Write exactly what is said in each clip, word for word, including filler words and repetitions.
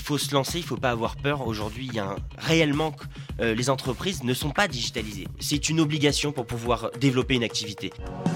faut se lancer, il ne faut pas avoir peur. Aujourd'hui, il y a un, réellement que euh, les entreprises ne sont pas digitalisées. C'est une obligation pour pouvoir développer une activité.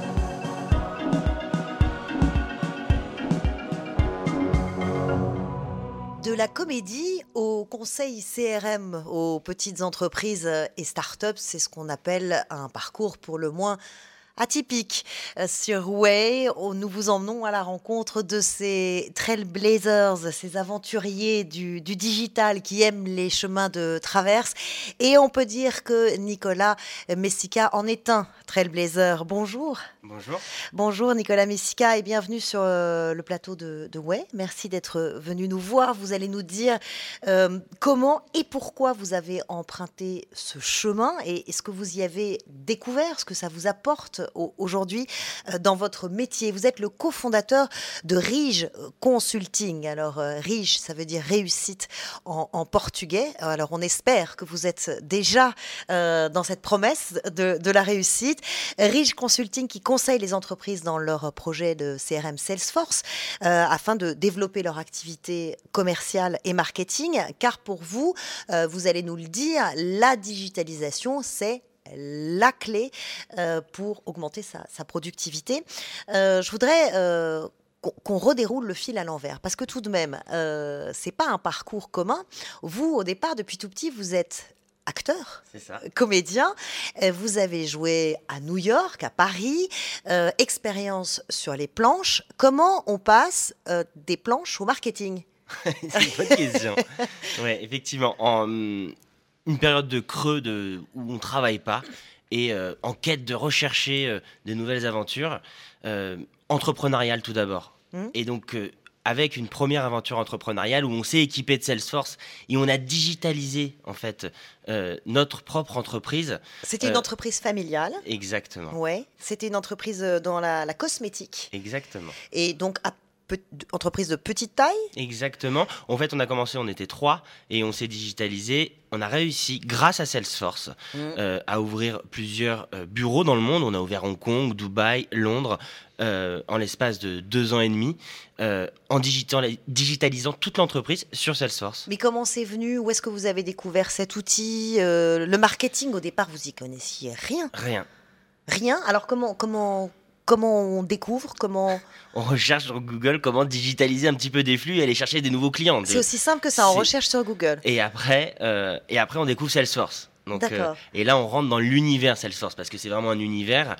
De la comédie au conseil C R M aux petites entreprises et start-up, c'est ce qu'on appelle un parcours pour le moins atypique. Sur Way, nous vous emmenons à la rencontre de ces trailblazers, ces aventuriers du, du digital qui aiment les chemins de traverse. Et on peut dire que Nicolas Messica en est un trailblazer. Bonjour. Bonjour. Bonjour Nicolas Messica et bienvenue sur euh, le plateau de, de Way. Merci d'être venu nous voir. Vous allez nous dire euh, comment et pourquoi vous avez emprunté ce chemin et, et ce que vous y avez découvert, ce que ça vous apporte aujourd'hui euh, dans votre métier. Vous êtes le cofondateur de Rige Consulting. Alors euh, Rige, ça veut dire réussite en, en portugais. Alors on espère que vous êtes déjà euh, dans cette promesse de, de la réussite. Rige Consulting qui conseille les entreprises dans leur projet de C R M Salesforce euh, afin de développer leur activité commerciale et marketing. Car pour vous, euh, vous allez nous le dire, la digitalisation, c'est la clé euh, pour augmenter sa, sa productivité. Euh, je voudrais euh, qu'on, qu'on redéroule le fil à l'envers, parce que tout de même, euh, c'est pas un parcours commun. Vous, au départ, depuis tout petit, vous êtes acteur, c'est ça. Comédien. Vous avez joué à New York, à Paris, euh, expérience sur les planches. Comment on passe euh, des planches au marketing ? C'est une bonne question. Ouais, effectivement, en une période de creux de, où on ne travaille pas et euh, en quête de rechercher euh, de nouvelles aventures, euh, entrepreneuriales tout d'abord. Mmh. Et donc, euh, avec une première aventure entrepreneuriale où on s'est équipé de Salesforce et on a digitalisé en fait euh, notre propre entreprise. C'était euh, une entreprise familiale. Exactement. Ouais. C'était une entreprise dans la, la cosmétique. Exactement. Et donc, à entreprise de petite taille ? Exactement. En fait, on a commencé, on était trois et on s'est digitalisé. On a réussi, grâce à Salesforce, mmh. euh, à ouvrir plusieurs euh, bureaux dans le monde. On a ouvert Hong Kong, Dubaï, Londres, euh, en l'espace de deux ans et demi, euh, en digital- digitalisant toute l'entreprise sur Salesforce. Mais comment c'est venu ? Où est-ce que vous avez découvert cet outil ? euh, Le marketing, au départ, vous y connaissiez rien ? Rien. Rien ? Alors, comment... comment... Comment on découvre, comment... On recherche sur Google comment digitaliser un petit peu des flux et aller chercher des nouveaux clients. C'est aussi simple que ça, on c'est... recherche sur Google. Et après, euh, et après, on découvre Salesforce. Donc, D'accord. Euh, et là, on rentre dans l'univers Salesforce parce que c'est vraiment un univers.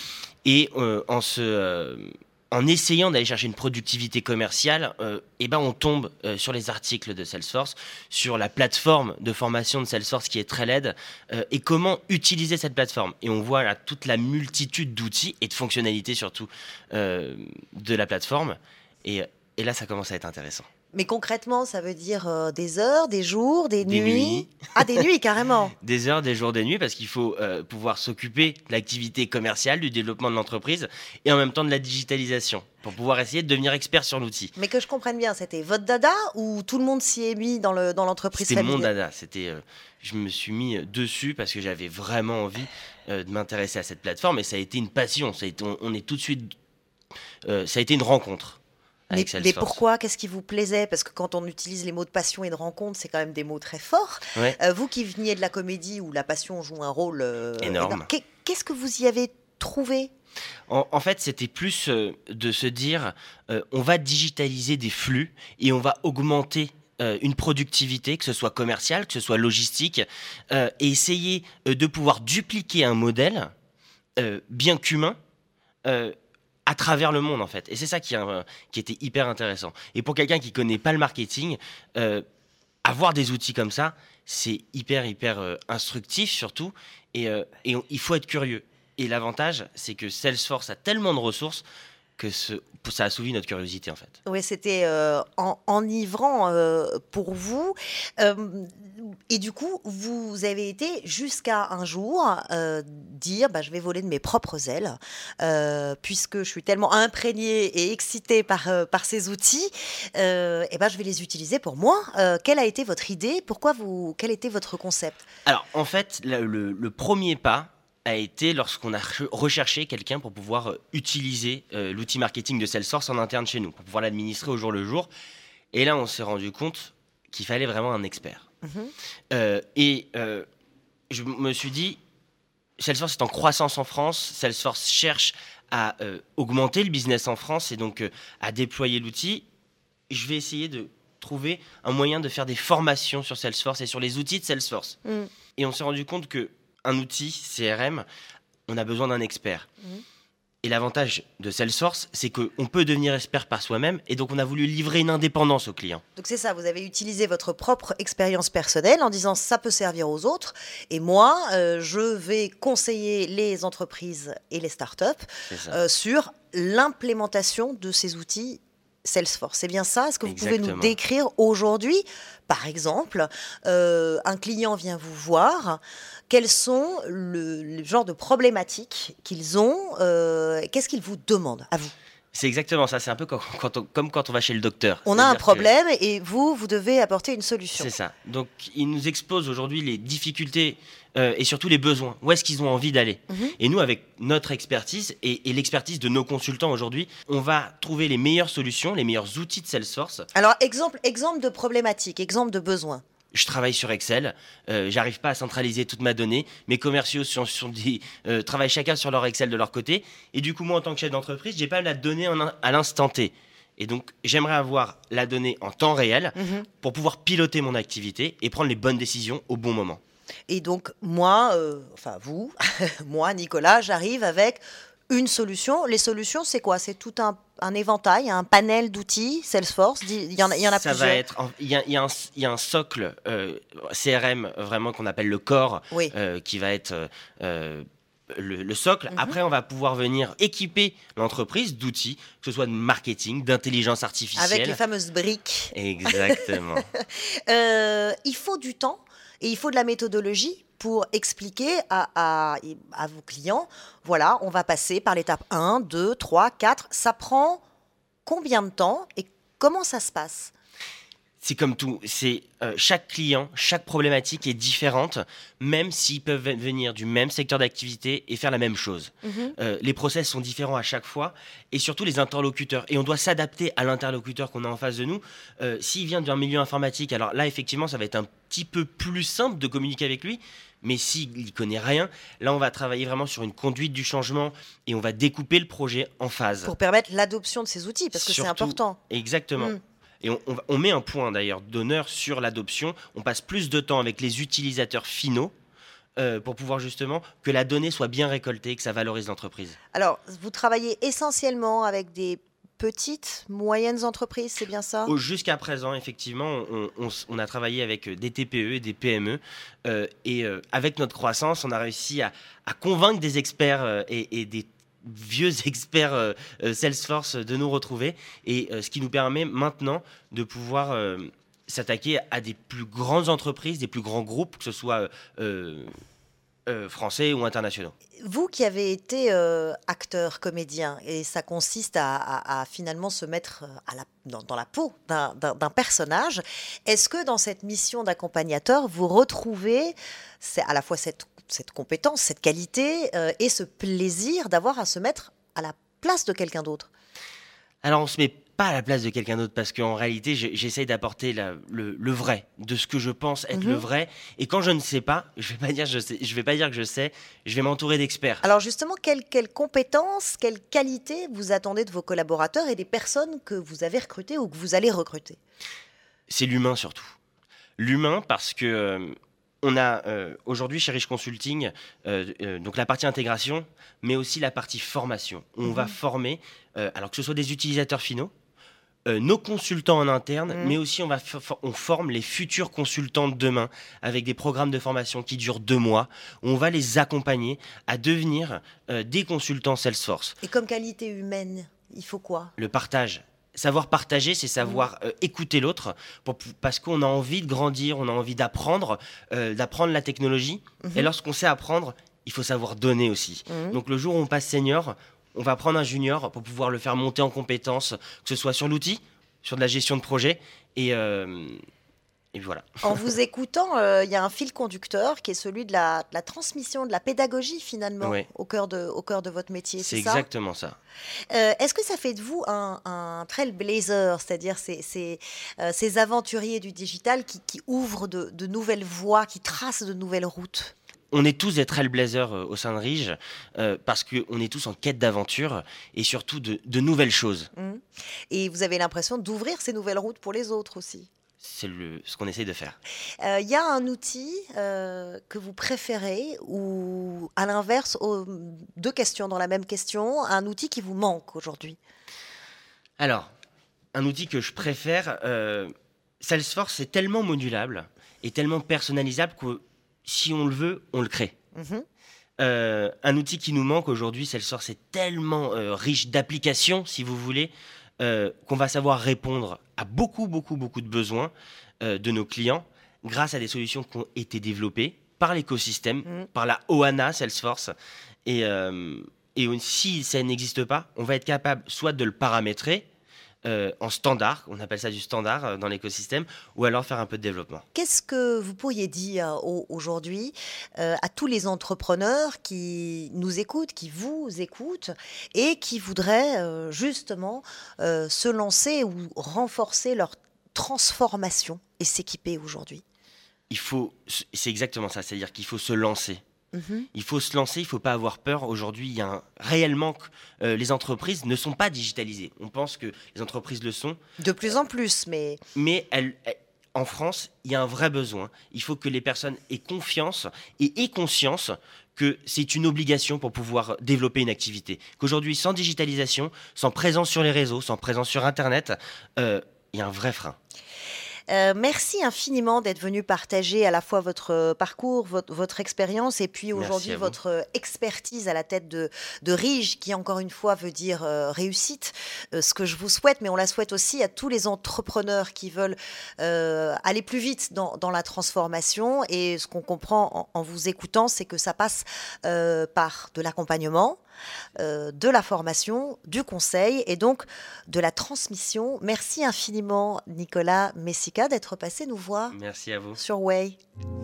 Et euh, en se... Euh, En essayant d'aller chercher une productivité commerciale, euh, eh ben on tombe euh, sur les articles de Salesforce, sur la plateforme de formation de Salesforce qui est très laide, euh, et comment utiliser cette plateforme. Et on voit là toute la multitude d'outils et de fonctionnalités surtout euh, de la plateforme. Et, et là, ça commence à être intéressant. Mais concrètement, ça veut dire euh, des heures, des jours, des, des nuits. nuits. Ah, des nuits, carrément. Des heures, des jours, des nuits, parce qu'il faut euh, pouvoir s'occuper de l'activité commerciale, du développement de l'entreprise, et en même temps de la digitalisation, pour pouvoir essayer de devenir expert sur l'outil. Mais que je comprenne bien, c'était votre dada ou tout le monde s'y est mis dans, le, dans l'entreprise C'était familiale ? mon dada. C'était, euh, je me suis mis dessus parce que j'avais vraiment envie euh, de m'intéresser à cette plateforme, et ça a été une passion. Ça a été, on, on est tout de suite... Euh, ça a été une rencontre. Mais, mais pourquoi ? Qu'est-ce qui vous plaisait ? Parce que quand on utilise les mots de passion et de rencontre, c'est quand même des mots très forts. Ouais. Euh, vous qui veniez de la comédie où la passion joue un rôle euh, énorme. énorme, qu'est-ce que vous y avez trouvé ? En, en fait, c'était plus euh, de se dire, euh, on va digitaliser des flux et on va augmenter euh, une productivité, que ce soit commerciale, que ce soit logistique, euh, et essayer euh, de pouvoir dupliquer un modèle, euh, bien qu'humain, euh, à travers le monde en fait. Et c'est ça qui, euh, qui était hyper intéressant. Et pour quelqu'un qui connaît pas le marketing, euh, avoir des outils comme ça, c'est hyper hyper euh, instructif surtout. Et, euh, et on, il faut être curieux. Et l'avantage, c'est que Salesforce a tellement de ressources que ce, ça a assouvi notre curiosité en fait. Oui, c'était euh, en, enivrant euh, pour vous. Euh, et du coup, vous avez été jusqu'à un jour euh, dire bah, « je vais voler de mes propres ailes euh, puisque je suis tellement imprégnée et excitée par, euh, par ces outils, euh, et ben, je vais les utiliser pour moi. Euh, » Quelle a été votre idée ? Pourquoi vous, quel était votre concept ? Alors, en fait, le, le, le premier pas a été lorsqu'on a recherché quelqu'un pour pouvoir euh, utiliser euh, l'outil marketing de Salesforce en interne chez nous, pour pouvoir l'administrer au jour le jour. Et là, on s'est rendu compte qu'il fallait vraiment un expert. Mmh. Euh, et euh, je me suis dit, Salesforce est en croissance en France, Salesforce cherche à euh, augmenter le business en France et donc euh, à déployer l'outil. Je vais essayer de trouver un moyen de faire des formations sur Salesforce et sur les outils de Salesforce. Mmh. Et on s'est rendu compte qu'un outil C R M, on a besoin d'un expert. Mmh. Et l'avantage de Salesforce, c'est qu'on peut devenir expert par soi-même, et donc on a voulu livrer une indépendance aux clients. Donc c'est ça, vous avez utilisé votre propre expérience personnelle en disant ça peut servir aux autres, et moi, euh, je vais conseiller les entreprises et les startups C'est ça. euh, sur l'implémentation de ces outils Salesforce. C'est bien ça? Est-ce que vous pouvez nous Exactement. décrire aujourd'hui, par exemple, euh, un client vient vous voir, quels sont le, le genre de problématiques qu'ils ont, euh, qu'est-ce qu'ils vous demandent à vous? C'est exactement ça, c'est un peu quand, quand on- comme quand on va chez le docteur. On a un C'est-à-dire que- problème et vous, vous devez apporter une solution. C'est ça. Donc, ils nous exposent aujourd'hui les difficultés euh, et surtout les besoins. Où est-ce qu'ils ont envie d'aller? Mhm. Et nous, avec notre expertise et, et l'expertise de nos consultants aujourd'hui, on va trouver les meilleures solutions, les meilleurs outils de Salesforce. Alors, exemple, exemple de problématique, exemple de besoin. Je travaille sur Excel, euh, j'arrive pas à centraliser toute ma donnée, mes commerciaux sont, sont des, euh, travaillent chacun sur leur Excel de leur côté, et du coup moi en tant que chef d'entreprise, j'ai pas la donnée en un- à l'instant T. Et donc j'aimerais avoir la donnée en temps réel Mhm. pour pouvoir piloter mon activité et prendre les bonnes décisions au bon moment. Et donc, moi, euh, enfin vous, moi, Nicolas, j'arrive avec une solution. Les solutions, c'est quoi? C'est tout un, un éventail, un panel d'outils Salesforce. Il y en a, il y en a Ça plusieurs. va être, en- il y a, il y a un, il y a un socle euh, C R M vraiment qu'on appelle le core, Oui. euh, qui va être euh, euh, le, le socle. Mhm. Après, on va pouvoir venir équiper l'entreprise d'outils, que ce soit de marketing, d'intelligence artificielle. Avec les fameuses briques. Exactement. Euh, il faut du temps et il faut de la méthodologie pour expliquer à, à- à vos clients, voilà, on va passer par l'étape un, deux, trois, quatre. Ça prend combien de temps et comment ça se passe? C'est comme tout. C'est euh, chaque client, chaque problématique est différente, même s'ils peuvent venir du même secteur d'activité et faire la même chose. Mhm. Euh, les process sont différents à chaque fois, et surtout les interlocuteurs. Et on doit s'adapter à l'interlocuteur qu'on a en face de nous. Euh, S'il vient d'un milieu informatique, alors là, effectivement, ça va être un petit peu plus simple de communiquer avec lui. Mais s'il n'y connaît rien, là, on va travailler vraiment sur une conduite du changement et on va découper le projet en phases. Pour permettre l'adoption de ces outils, parce que c'est Surtout- important. Exactement. Mm. Et on, on va- on met un point d'ailleurs d'honneur sur l'adoption. On passe plus de temps avec les utilisateurs finaux euh, pour pouvoir justement que la donnée soit bien récoltée et que ça valorise l'entreprise. Alors, vous travaillez essentiellement avec des petites, moyennes entreprises, c'est bien ça? Au- Jusqu'à présent, effectivement, on, on s- on a travaillé avec des T P E et des P M E. euh, et euh, avec notre croissance, on a réussi à, à convaincre des experts euh, et, et des vieux experts euh, euh, Salesforce de nous retrouver. Et euh, ce qui nous permet maintenant de pouvoir euh, s'attaquer à des plus grandes entreprises, des plus grands groupes, que ce soit euh, euh, français ou internationaux. Vous qui avez été euh, acteur, comédien, et ça consiste à, à- à finalement se mettre euh, à la- dans, dans la peau d'un- d'un d'un personnage, est-ce que dans cette mission d'accompagnateur, vous retrouvez c'est à la fois cette, cette compétence, cette qualité euh, et ce plaisir d'avoir à se mettre à la place de quelqu'un d'autre? Alors, on se met pas à la place de quelqu'un d'autre parce qu'en réalité, j'ai- j'essaye d'apporter la- le, le vrai, de ce que je pense être Mhm. le vrai. Et quand je ne sais pas, je vais pas dire je sais, je vais pas dire que je sais. Je vais m'entourer d'experts. Alors justement, quelles quelle compétences, quelles qualités vous attendez de vos collaborateurs et des personnes que vous avez recrutées ou que vous allez recruter? C'est l'humain surtout. L'humain parce que euh, on a euh, aujourd'hui chez Rich Consulting euh, euh, donc la partie intégration, mais aussi la partie formation. On Mhm. va former, euh, alors que ce soit des utilisateurs finaux, euh, nos consultants en interne, Mhm. mais aussi on, va f- f- on forme les futurs consultants de demain avec des programmes de formation qui durent deux mois, où on va les accompagner à devenir euh, des consultants Salesforce. Et comme qualité humaine, il faut quoi? Le partage. Savoir partager, c'est savoir euh, écouter l'autre, pour- parce qu'on a envie de grandir, on a envie d'apprendre, euh, d'apprendre la technologie. Mhm. Et lorsqu'on sait apprendre, il faut savoir donner aussi. Mhm. Donc le jour où on passe senior, on va prendre un junior pour pouvoir le faire monter en compétences, que ce soit sur l'outil, sur de la gestion de projet, et, euh, et voilà. En vous écoutant, euh, il y a un fil conducteur qui est celui de la, de la transmission, de la pédagogie finalement, Ouais, au cœur de, au cœur de votre métier, c'est c'est ça? exactement ça. Euh, Est-ce que ça fait de vous un, un trailblazer, c'est-à-dire ces, ces, euh, ces aventuriers du digital qui, qui ouvrent de, de nouvelles voies, qui tracent de nouvelles routes? On est tous des trailblazers euh, au sein de Rige, euh, parce qu'on est tous en quête d'aventure et surtout de, de nouvelles choses. Mhm. Et vous avez l'impression d'ouvrir ces nouvelles routes pour les autres aussi. C'est le, ce qu'on essaye de faire. Euh, Il y a un outil euh, que vous préférez ou à l'inverse, au- deux questions dans la même question, un outil qui vous manque aujourd'hui? Alors, un outil que je préfère, euh, Salesforce, c'est tellement modulable et tellement personnalisable que si on le veut, on le crée. Mhm. Euh, un outil qui nous manque aujourd'hui, Salesforce est tellement euh, riche d'applications, si vous voulez, euh, qu'on va savoir répondre à beaucoup, beaucoup, beaucoup de besoins euh, de nos clients grâce à des solutions qui ont été développées par l'écosystème, Mhm. par la Ohana Salesforce. Et, euh, et si ça n'existe pas, on va être capable soit de le paramétrer euh, en standard, on appelle ça du standard euh, dans l'écosystème, ou alors faire un peu de développement. Qu'est-ce que vous pourriez dire au- aujourd'hui euh, à tous les entrepreneurs qui nous écoutent, qui vous écoutent et qui voudraient euh, justement euh, se lancer ou renforcer leur transformation et s'équiper aujourd'hui? Il faut, c'est exactement ça, c'est-à-dire qu'il faut se lancer. Mhm. Il faut se lancer, il ne faut pas avoir peur. Aujourd'hui, il y a un réel manque. Euh, les entreprises ne sont pas digitalisées. On pense que les entreprises le sont, De plus en plus, mais mais elles- elles- en France, il y a un vrai besoin. Il faut que les personnes aient confiance et aient conscience que c'est une obligation pour pouvoir développer une activité. Qu'aujourd'hui, sans digitalisation, sans présence sur les réseaux, sans présence sur Internet, euh, il y a un vrai frein. Euh, merci infiniment d'être venu partager à la fois votre euh, parcours, votre, votre expérience et puis Merci aujourd'hui à vous. votre euh, expertise à la tête de, de Rige, qui encore une fois veut dire euh, réussite, euh, ce que je vous souhaite, mais on la souhaite aussi à tous les entrepreneurs qui veulent euh, aller plus vite dans, dans la transformation. Et ce qu'on comprend en, en vous écoutant, c'est que ça passe euh, par de l'accompagnement, euh, de la formation, du conseil et donc de la transmission. Merci infiniment, Nicolas Messica, d'être passé nous voir Merci à vous. sur Way.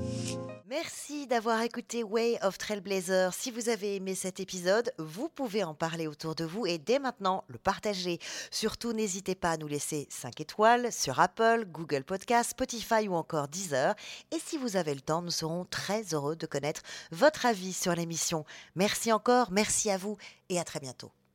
Merci d'avoir écouté Way of Trailblazer. Si vous avez aimé cet épisode, vous pouvez en parler autour de vous et dès maintenant le partager. Surtout, n'hésitez pas à nous laisser cinq étoiles sur Apple, Google Podcast, Spotify ou encore Deezer. Et si vous avez le temps, nous serons très heureux de connaître votre avis sur l'émission. Merci encore, merci à vous et à très bientôt.